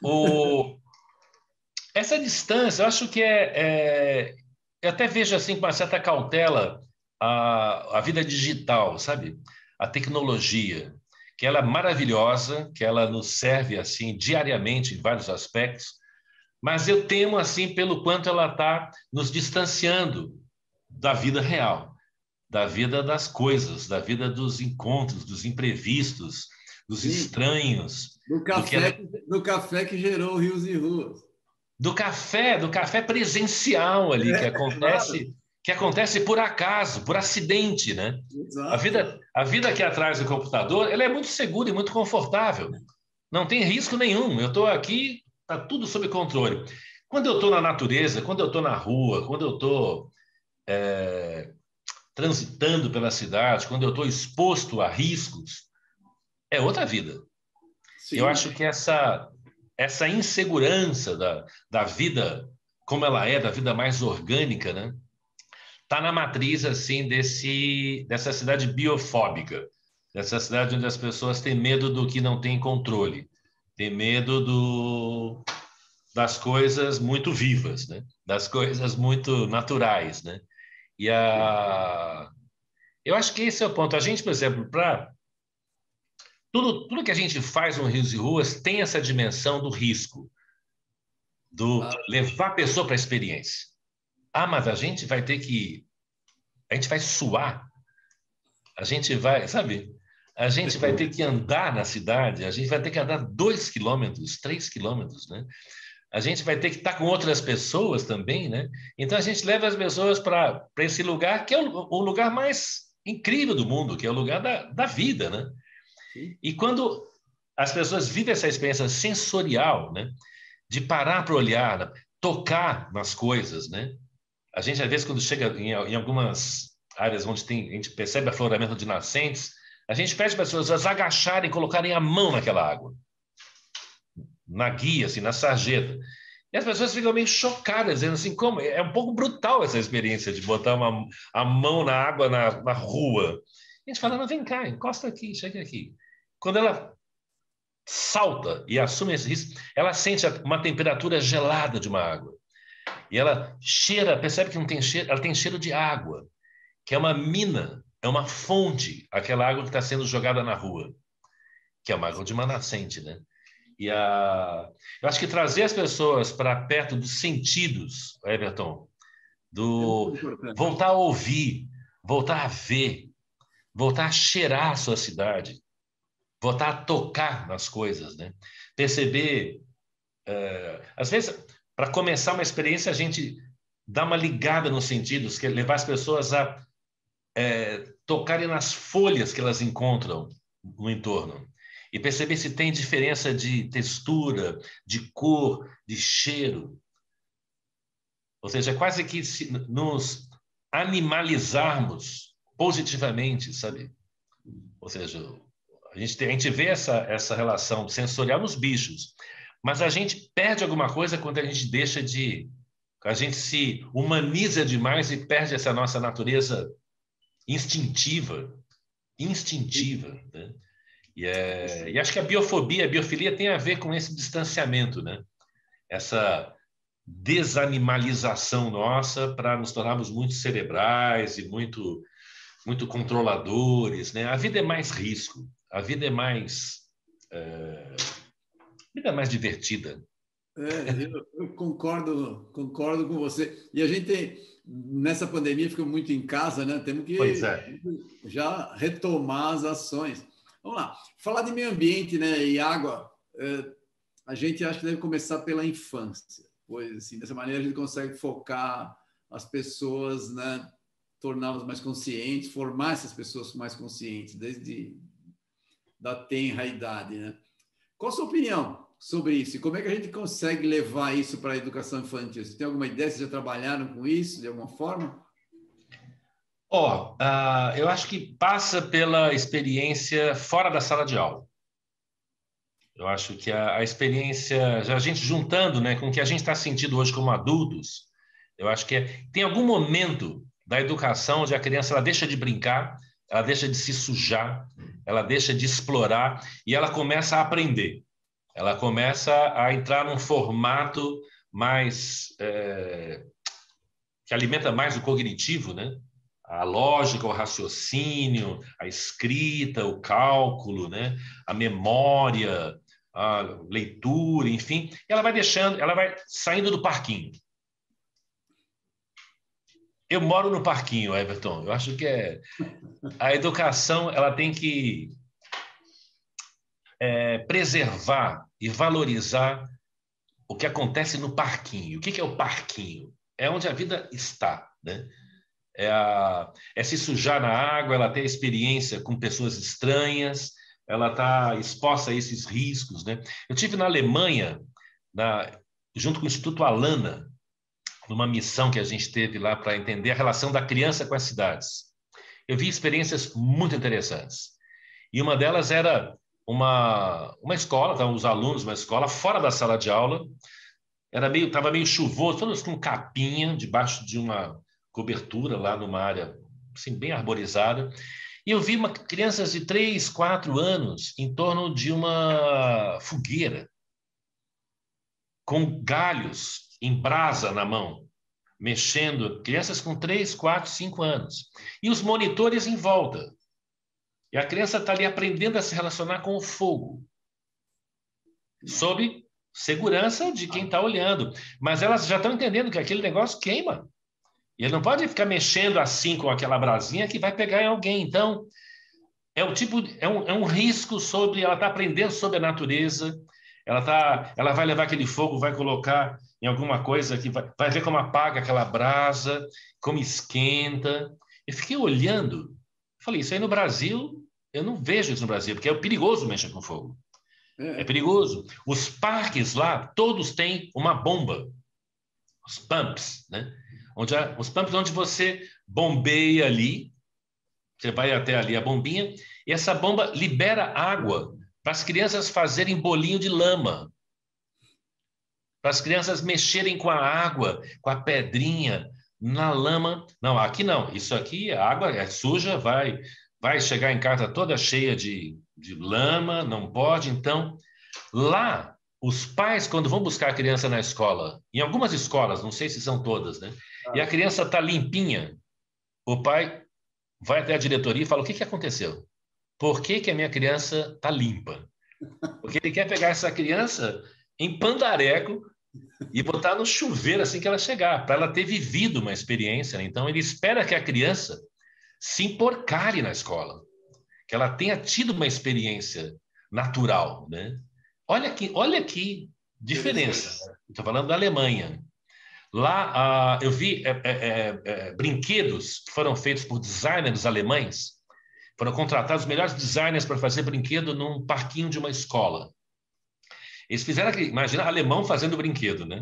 Essa distância, eu acho que eu até vejo assim com uma certa cautela a vida digital, sabe? A tecnologia, que ela é maravilhosa, que ela nos serve assim diariamente em vários aspectos, mas eu temo assim pelo quanto ela está nos distanciando da vida real. da vida das coisas, da vida dos encontros, dos imprevistos, dos Sim. estranhos. Do café que gerou Rios e Ruas. Do café presencial ali, Claro. que acontece por acaso, por acidente, né? Exato. A vida aqui atrás do computador, ela é muito segura e muito confortável. Não tem risco nenhum. Eu estou aqui, está tudo sob controle. Quando eu estou na natureza, quando eu estou na rua, quando eu estou transitando pela cidade, quando eu estou exposto a riscos, é outra vida. Sim. Eu acho que essa insegurança da vida como ela é, da vida mais orgânica, né? Está na matriz assim dessa cidade biofóbica, dessa cidade onde as pessoas têm medo do que não tem controle, têm medo das coisas muito vivas, né? Das coisas muito naturais, né? Eu acho que esse é o ponto. A gente, por exemplo, para tudo que a gente faz no Rios e Ruas tem essa dimensão do risco, do levar a pessoa para a experiência. Mas a gente vai a gente vai suar, a gente vai, sabe? A gente vai ter que andar na cidade, a gente vai ter que andar 2 quilômetros, 3 quilômetros, né? A gente vai ter que estar com outras pessoas também, né? Então a gente leva as pessoas para esse lugar que é o lugar mais incrível do mundo, que é o lugar da vida, né? Sim. E quando as pessoas vivem essa experiência sensorial, né? De parar para olhar, tocar nas coisas, né? A gente, às vezes, quando chega em algumas áreas onde a gente percebe afloramento de nascentes, a gente pede para as pessoas agacharem e colocarem a mão naquela água, na guia, assim, na sarjeta. E as pessoas ficam meio chocadas, dizendo assim, como? É um pouco brutal essa experiência de botar a mão na água na rua. A gente fala, não, vem cá, encosta aqui, chega aqui. Quando ela salta e assume esse risco, ela sente uma temperatura gelada de uma água. E ela cheira, percebe que não tem cheiro, ela tem cheiro de água, que é uma mina, é uma fonte, aquela água que está sendo jogada na rua, que é uma água de uma nascente, né? Eu acho que trazer as pessoas para perto dos sentidos, Everton, É muito importante. voltar a ouvir, voltar a ver, voltar a cheirar a sua cidade, voltar a tocar nas coisas, né? Perceber, às vezes, para começar uma experiência, a gente dá uma ligada nos sentidos, que é levar as pessoas a tocarem nas folhas que elas encontram no entorno e perceber se tem diferença de textura, de cor, de cheiro. Ou seja, quase que nos animalizarmos positivamente, sabe? Ou seja, a gente vê essa relação sensorial nos bichos, mas a gente perde alguma coisa quando a gente deixa de... A gente se humaniza demais e perde essa nossa natureza instintiva, né? E acho que a biofobia, a biofilia tem a ver com esse distanciamento, né? Essa desanimalização nossa para nos tornarmos muito cerebrais e muito controladores, né? A vida é mais risco, a vida é mais divertida. Eu concordo com você. E a gente, nessa pandemia, fica muito em casa, né? Temos Pois que é. já retomar as ações. Vamos lá. Falar de meio ambiente, né, e água, a gente acha que deve começar pela infância, pois assim, dessa maneira a gente consegue focar as pessoas, né, torná-las mais conscientes, formar essas pessoas mais conscientes desde da tenra idade, né? Qual a sua opinião sobre isso? E como é que a gente consegue levar isso para a educação infantil? Você tem alguma ideia? Vocês já trabalharam com isso de alguma forma? Eu acho que passa pela experiência fora da sala de aula. Eu acho que a experiência, já a gente juntando, né, com o que a gente está sentindo hoje como adultos, eu acho que tem algum momento da educação onde a criança ela deixa de brincar, ela deixa de se sujar, ela deixa de explorar e ela começa a aprender. Ela começa a entrar num formato mais que alimenta mais o cognitivo, né? A lógica, o raciocínio, a escrita, o cálculo, né? A memória, a leitura, enfim. Ela vai saindo do parquinho. Eu moro no parquinho, Everton. Eu acho que a educação ela tem que preservar e valorizar o que acontece no parquinho. O que é o parquinho? É onde a vida está, né? É se sujar na água, ela ter experiência com pessoas estranhas, ela está exposta a esses riscos, né? Eu tive na Alemanha, junto com o Instituto Alana, numa missão que a gente teve lá para entender a relação da criança com as cidades. Eu vi experiências muito interessantes. E uma delas era uma escola, estavam os alunos, uma escola fora da sala de aula, estava meio chuvoso, todos com capinha debaixo de uma cobertura lá numa área assim, bem arborizada. E eu vi crianças de 3, 4 anos em torno de uma fogueira, com galhos em brasa na mão, mexendo, crianças com 3, 4, 5 anos. E os monitores em volta. E a criança está ali aprendendo a se relacionar com o fogo, sob segurança de quem está olhando. Mas elas já estão entendendo que aquele negócio queima. E ele não pode ficar mexendo assim com aquela brasinha que vai pegar em alguém. Então, é um risco sobre... Ela está aprendendo sobre a natureza, ela vai levar aquele fogo, vai colocar em alguma coisa que vai ver como apaga aquela brasa, como esquenta. Eu fiquei olhando, falei, isso aí no Brasil, eu não vejo isso no Brasil, porque é perigoso mexer com fogo. É perigoso. Os parques lá, todos têm uma bomba, os pumps, né? Os pumps onde você bombeia ali, você vai até ali a bombinha, e essa bomba libera água para as crianças fazerem bolinho de lama, para as crianças mexerem com a água, com a pedrinha, na lama. Não, aqui não. Isso aqui, a água é suja, vai chegar em casa toda cheia de lama, não pode. Então, lá, os pais, quando vão buscar a criança na escola, em algumas escolas, não sei se são todas, né? E a criança está limpinha, o pai vai até a diretoria e fala, o que aconteceu? Por que a minha criança está limpa? Porque ele quer pegar essa criança em pandareco e botar no chuveiro assim que ela chegar, para ela ter vivido uma experiência, né? Então, ele espera que a criança se emporcalhe na escola, que ela tenha tido uma experiência natural, né? Olha que diferença. Estou falando da Alemanha. Lá, eu vi brinquedos que foram feitos por designers alemães, foram contratados os melhores designers para fazer brinquedo num parquinho de uma escola. Eles fizeram aqui, imagina alemão fazendo brinquedo, né?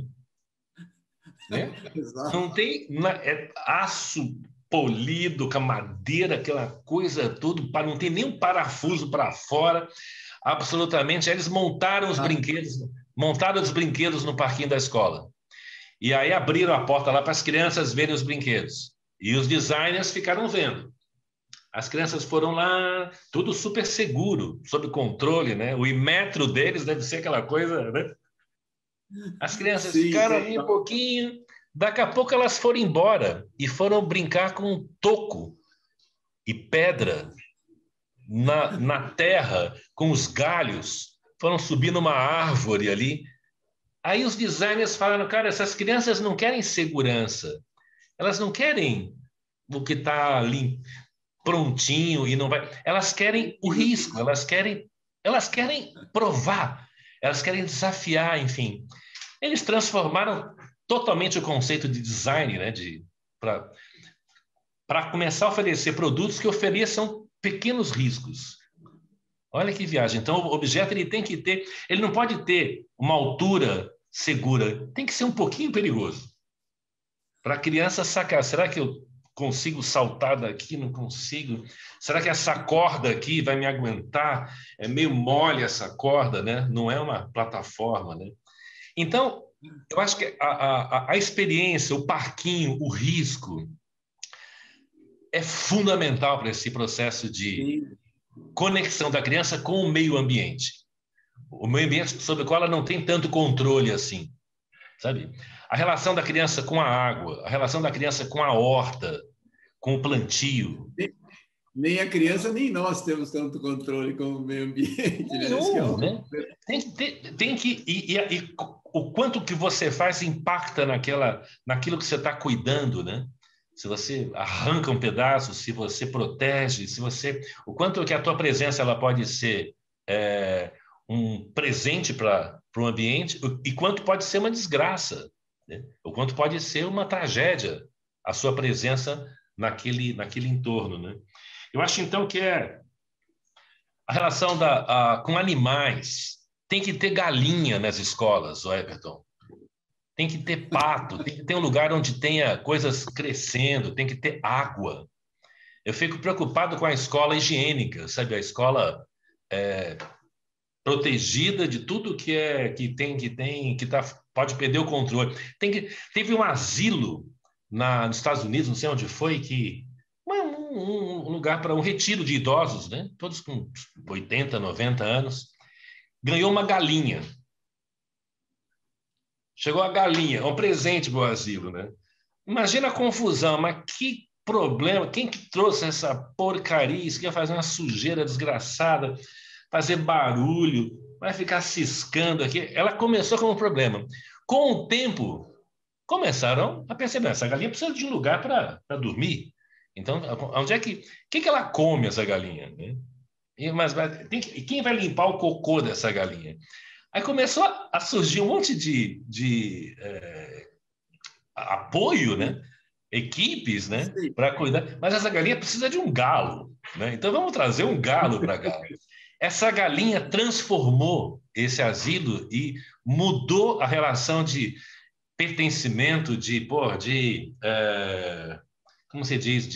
Não tem aço polido, com madeira, aquela coisa tudo, para não ter nenhum parafuso para fora, absolutamente. Aí eles montaram os brinquedos no parquinho da escola. E aí abriram a porta lá para as crianças verem os brinquedos. E os designers ficaram vendo. As crianças foram lá, tudo super seguro, sob controle, né? O Imetro deles deve ser aquela coisa, né? As crianças ficaram ali um pouquinho, daqui a pouco elas foram embora e foram brincar com toco e pedra na terra, com os galhos, foram subir numa árvore ali. Aí os designers falaram, cara, essas crianças não querem segurança, elas não querem o que está ali prontinho e não vai. Elas querem o risco, elas querem provar, elas querem desafiar, enfim. Eles transformaram totalmente o conceito de design, né, para começar a oferecer produtos que ofereçam pequenos riscos. Olha que viagem. Então, o objeto ele não pode ter uma altura segura, tem que ser um pouquinho perigoso. Para a criança sacar, será que eu consigo saltar daqui? Não consigo? Será que essa corda aqui vai me aguentar? É meio mole essa corda, né? Não é uma plataforma, né? Então, eu acho que a experiência, o parquinho, o risco é fundamental para esse processo de conexão da criança com o meio ambiente. O meio ambiente sobre o qual ela não tem tanto controle assim, sabe? A relação da criança com a água, a relação da criança com a horta, com o plantio. Nem a criança, nem nós temos tanto controle com o meio ambiente. Não, né? Tem que o quanto que você faz impacta naquilo que você está cuidando, né? se você arranca um pedaço, se você protege, o quanto que a tua presença ela pode ser um presente para o ambiente e quanto pode ser uma desgraça, né? O quanto pode ser uma tragédia a sua presença naquele entorno, né? Eu acho então que a relação com animais. Tem que ter galinha nas escolas, Everton. Tem que ter pato, tem que ter um lugar onde tenha coisas crescendo, tem que ter água. Eu fico preocupado com a escola higiênica, sabe? A escola protegida de tudo que pode perder o controle. Teve um asilo nos Estados Unidos, não sei onde foi, que um lugar para um retiro de idosos, né? Todos com 80, 90 anos. Ganhou uma galinha. Chegou a galinha, um presente para o asilo, né? Imagina a confusão, mas que problema, quem que trouxe essa porcaria? Isso que ia fazer uma sujeira desgraçada, fazer barulho, vai ficar ciscando aqui. Ela começou como um problema. Com o tempo, começaram a perceber, essa galinha precisa de um lugar para dormir. Então, onde é que ela come, essa galinha, né? Mas quem vai limpar o cocô dessa galinha? Aí começou a surgir um monte de apoio, né? Equipes, né? Para cuidar. Mas essa galinha precisa de um galo, né? Então vamos trazer um galo para cá. Essa galinha transformou esse asilo e mudou a relação de pertencimento, como se diz,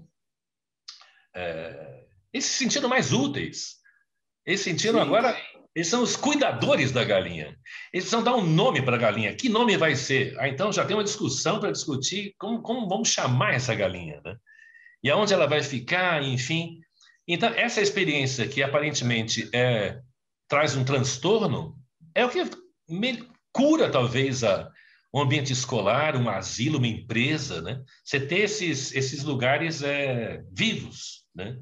eles se sentiram mais úteis. Eles sentiram agora, eles são os cuidadores da galinha. Eles precisam dar um nome para a galinha. Que nome vai ser? Então já tem uma discussão para discutir como vamos chamar essa galinha, né? E aonde ela vai ficar, enfim. Então, essa experiência que aparentemente traz um transtorno é o que cura, talvez, um ambiente escolar, um asilo, uma empresa, né? Você ter esses lugares vivos, né?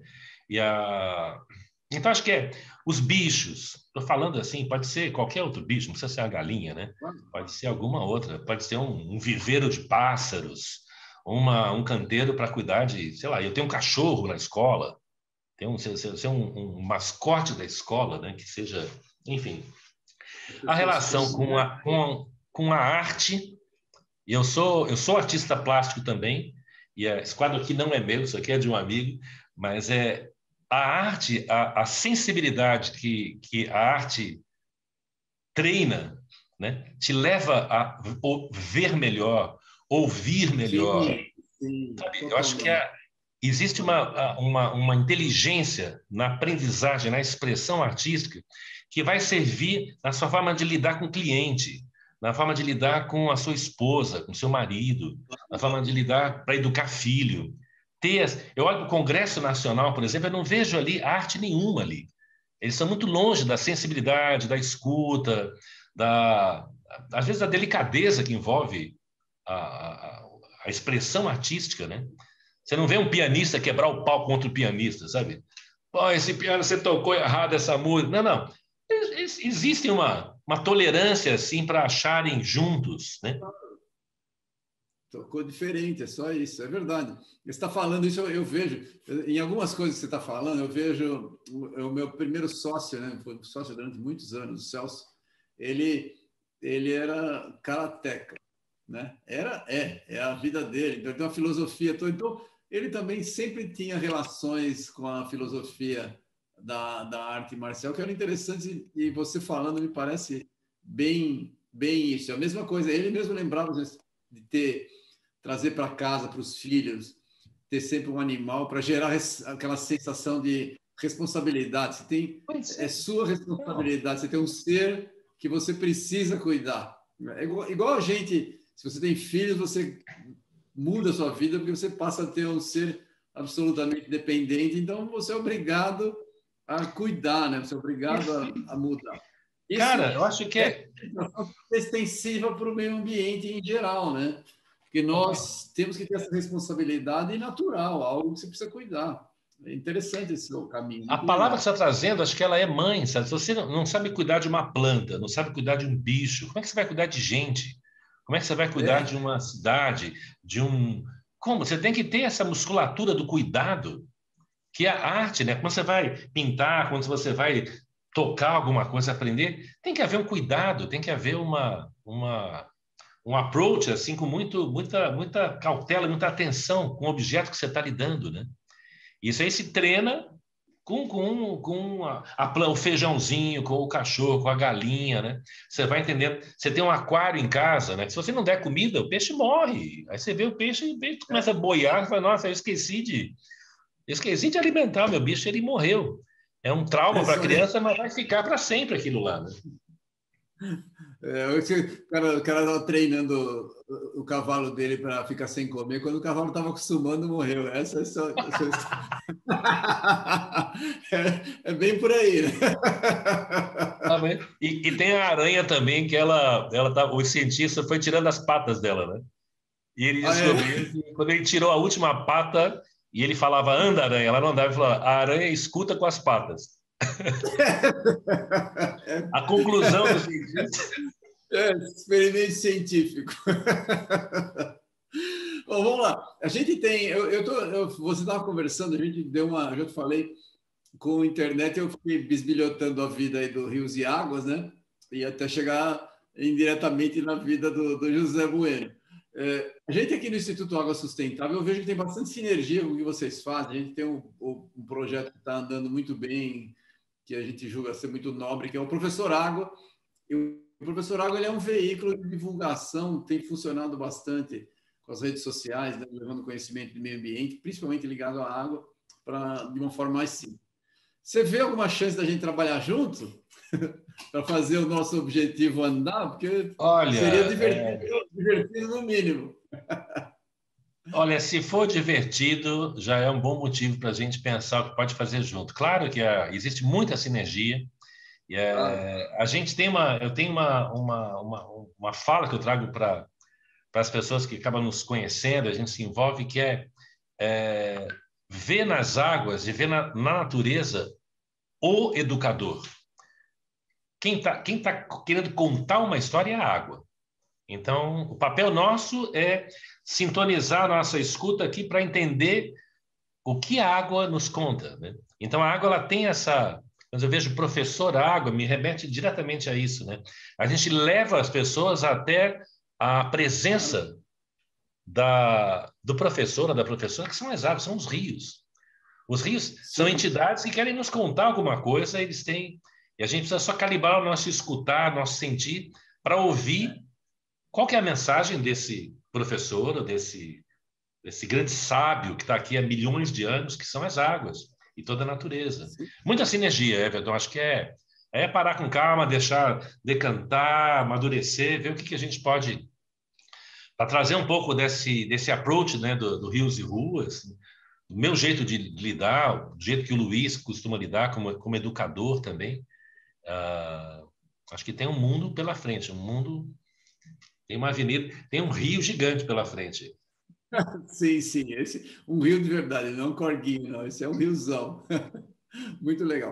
Então, acho que os bichos, estou falando assim, pode ser qualquer outro bicho, não precisa ser a galinha, né? Pode ser alguma outra, pode ser um viveiro de pássaros, um canteiro para cuidar de, sei lá, eu tenho um cachorro na escola, ser um mascote da escola, né? Que seja, enfim. A relação com a arte, e eu sou artista plástico também, e esse quadro aqui não é meu, isso aqui é de um amigo, mas a arte, a sensibilidade que a arte treina, né, te leva a ver melhor, ouvir melhor. Sim, sabe? Eu acho que existe uma inteligência na aprendizagem, na expressão artística, que vai servir na sua forma de lidar com o cliente, na forma de lidar com a sua esposa, com o seu marido, na forma de lidar para educar filho. Eu olho para o Congresso Nacional, por exemplo, eu não vejo ali arte nenhuma ali. Eles são muito longe da sensibilidade, da escuta, às vezes da delicadeza que envolve a expressão artística, né? Você não vê um pianista quebrar o pau contra o pianista, sabe? Pô, esse piano, você tocou errado essa música. Não, não. Existe uma tolerância, assim, para acharem juntos, né? Tocou diferente, é só isso, é verdade. Você está falando isso, eu vejo, em algumas coisas que você está falando, eu vejo o meu primeiro sócio, né? Foi sócio durante muitos anos, o Celso, ele era karateca, né? É a vida dele, então tem uma filosofia toda. Então, ele também sempre tinha relações com a filosofia da arte marcial, que era interessante, e você falando me parece bem isso. É a mesma coisa, ele mesmo lembrava de trazer para casa, para os filhos, ter sempre um animal para gerar aquela sensação de responsabilidade. Você tem, sua responsabilidade, você tem um ser que você precisa cuidar. É igual a gente, se você tem filhos, você muda a sua vida porque você passa a ter um ser absolutamente dependente, então você é obrigado a cuidar, né? Você é obrigado a mudar. Isso, cara, eu acho que é extensiva para o meio ambiente em geral, né? Porque nós temos que ter essa responsabilidade natural, algo que você precisa cuidar. É interessante esse seu caminho. A palavra que você está trazendo, acho que ela é mãe, sabe? Se você não sabe cuidar de uma planta, não sabe cuidar de um bicho, como é que você vai cuidar de gente? Como é que você vai cuidar de uma cidade, de um Como? Você tem que ter essa musculatura do cuidado, que é a arte, né? Quando você vai pintar, quando você vai tocar alguma coisa, aprender, tem que haver um cuidado, tem que haver um approach assim com muita cautela, muita atenção com o objeto que você está lidando, né? Isso aí se treina o feijãozinho, com o cachorro, com a galinha, né? Você vai entendendo. Você tem um aquário em casa, né? Se você não der comida, o peixe morre. Aí você vê o peixe e começa a boiar, e fala, nossa, eu esqueci de alimentar meu bicho, ele morreu. É um trauma para a criança, mas vai ficar para sempre aquilo lá, né? O cara estava treinando o cavalo dele para ficar sem comer. Quando o cavalo estava acostumando, morreu. Essa é bem por aí, né? E tem a aranha também, que o cientista foi tirando as patas dela, né? E ele descobriu que quando ele tirou a última pata e ele falava, anda, aranha, ela não andava, ele falava, a aranha escuta com as patas. A conclusão do cientista. Experimento científico. Bom, vamos lá. A gente tem. Você estava conversando, a gente deu uma. Já te falei, com a internet eu fui bisbilhotando a vida aí do Rios e Águas, né? E até chegar indiretamente na vida do José Bueno. A gente aqui no Instituto Água Sustentável, eu vejo que tem bastante sinergia com o que vocês fazem. A gente tem um projeto que está andando muito bem, que a gente julga ser muito nobre, que é o Professor Água. O Professor Água ele é um veículo de divulgação, tem funcionado bastante com as redes sociais, né, levando conhecimento do meio ambiente, principalmente ligado à água, de uma forma mais simples. Você vê alguma chance da gente trabalhar junto para fazer o nosso objetivo andar? Porque seria divertido no mínimo. Olha, se for divertido, já é um bom motivo para a gente pensar o que pode fazer junto. Claro que existe muita sinergia. A gente tem eu tenho uma fala que eu trago para as pessoas que acabam nos conhecendo, a gente se envolve, que é ver nas águas e ver na natureza o educador. Quem tá querendo contar uma história é a água. Então, o papel nosso é sintonizar a nossa escuta aqui para entender o que a água nos conta, né? Então, a água ela tem essa... Quando eu vejo professor água, me remete diretamente a isso, né? A gente leva as pessoas até a presença do professor ou da professora, que são as águas, são os rios. Os rios são entidades que querem nos contar alguma coisa, eles têm... E a gente precisa só calibrar o nosso escutar, nosso sentir, para ouvir qual que é a mensagem desse professor ou desse grande sábio que está aqui há milhões de anos, que são as águas e toda a natureza. Muita sinergia, Everton. Acho que é parar com calma, deixar decantar, amadurecer, ver o que a gente pode... Para trazer um pouco desse approach, né, do Rios e Ruas, do meu jeito de lidar, do jeito que o Luiz costuma lidar como educador também. Acho que tem um mundo pela frente, tem uma avenida, tem um rio gigante pela frente. Sim. Um rio de verdade, não um corguinho, não. Esse é um riozão. Muito legal.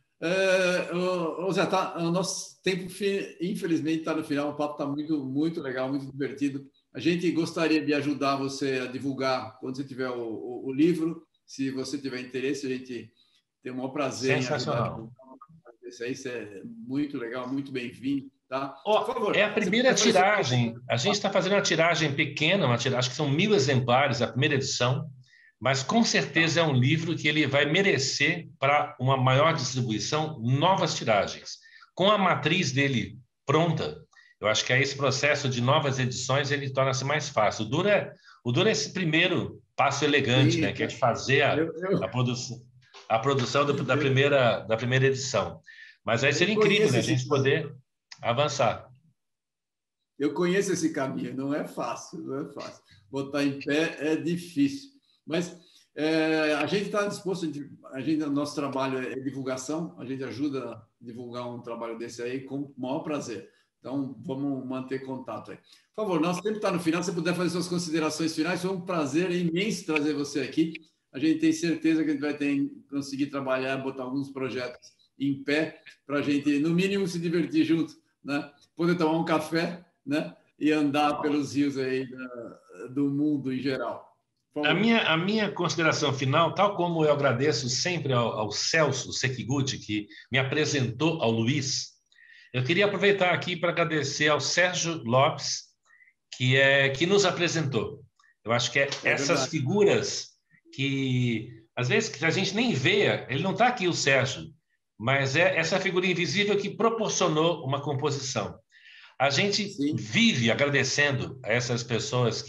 Zé, o nosso tempo, infelizmente, está no final. O papo está muito, muito legal, muito divertido. A gente gostaria de ajudar você a divulgar quando você tiver o livro. Se você tiver interesse, a gente tem o maior prazer em ajudar a divulgar. Isso é muito legal, muito bem-vindo. Tá? Por favor, é a primeira tiragem. A gente está fazendo uma tiragem pequena, acho que são 1000 exemplares, a primeira edição, mas com certeza é um livro que ele vai merecer, para uma maior distribuição, novas tiragens. Com a matriz dele pronta, eu acho que esse processo de novas edições ele torna-se mais fácil. O duro é esse primeiro passo elegante, né, que é de fazer a produção da primeira edição. Mas aí seria incrível, né, a gente poder avançar. Eu conheço esse caminho, não é fácil. Botar em pé é difícil. Mas a gente está disposto, nosso trabalho é divulgação, a gente ajuda a divulgar um trabalho desse aí com o maior prazer. Então, vamos manter contato aí. Por favor, nosso tempo está no final, se puder fazer suas considerações finais, foi um prazer imenso trazer você aqui. A gente tem certeza que a gente vai conseguir trabalhar, botar alguns projetos em pé, para a gente, no mínimo, se divertir junto, né? Poder tomar um café, né? E andar pelos rios aí do mundo em geral. A minha consideração final, tal como eu agradeço sempre ao Celso Sekiguchi, que me apresentou ao Luiz, eu queria aproveitar aqui para agradecer ao Sérgio Lopes, que nos apresentou. Eu acho que essas verdade. figuras que, às vezes, que a gente nem vê, ele não está aqui, o Sérgio, mas é essa figura invisível que proporcionou uma composição. A gente vive agradecendo a essas pessoas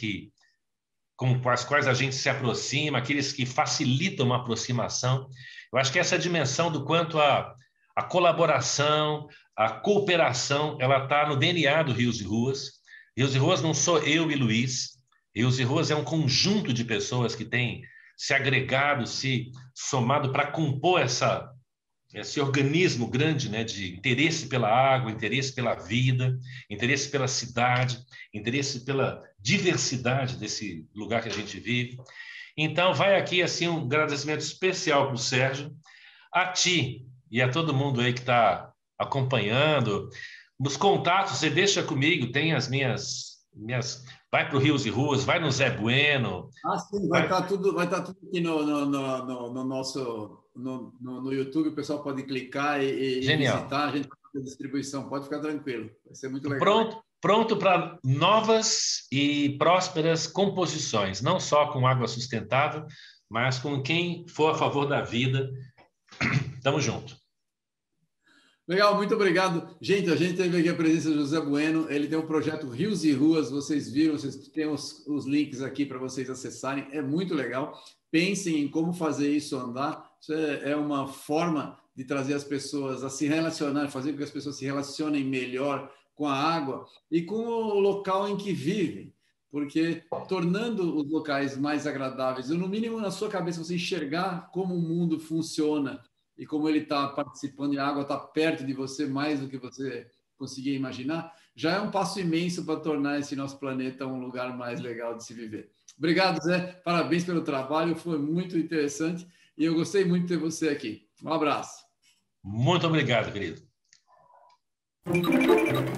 com as quais a gente se aproxima, aqueles que facilitam uma aproximação. Eu acho que essa dimensão do quanto a colaboração, a cooperação, ela está no DNA do Rios e Ruas. Rios e Ruas não sou eu e Luiz. Rios e Ruas é um conjunto de pessoas que têm se agregado, se somado para compor esse organismo grande, né, de interesse pela água, interesse pela vida, interesse pela cidade, interesse pela diversidade desse lugar que a gente vive. Então, vai aqui assim um agradecimento especial para o Sérgio, a ti e a todo mundo aí que está acompanhando. Nos contatos, você deixa comigo, tem as minhas... Vai para o Rios e Ruas, vai no Zé Bueno. Sim, vai estar tudo aqui no nosso no YouTube, o pessoal pode clicar e visitar, a gente vai fazer a distribuição, pode ficar tranquilo, vai ser muito legal. Pronto para novas e prósperas composições, não só com água sustentável, mas com quem for a favor da vida. Tamo junto. Legal, muito obrigado. Gente, a gente teve aqui a presença do José Bueno, ele tem um projeto Rios e Ruas, vocês viram, vocês têm os links aqui para vocês acessarem, é muito legal. Pensem em como fazer isso andar, isso é uma forma de trazer as pessoas a se relacionar, fazer com que as pessoas se relacionem melhor com a água e com o local em que vivem, porque tornando os locais mais agradáveis, ou no mínimo na sua cabeça você enxergar como o mundo funciona, e como ele está participando e a água está perto de você mais do que você conseguia imaginar, já é um passo imenso para tornar esse nosso planeta um lugar mais legal de se viver. Obrigado, Zé. Parabéns pelo trabalho, foi muito interessante e eu gostei muito de ter você aqui. Um abraço. Muito obrigado, querido.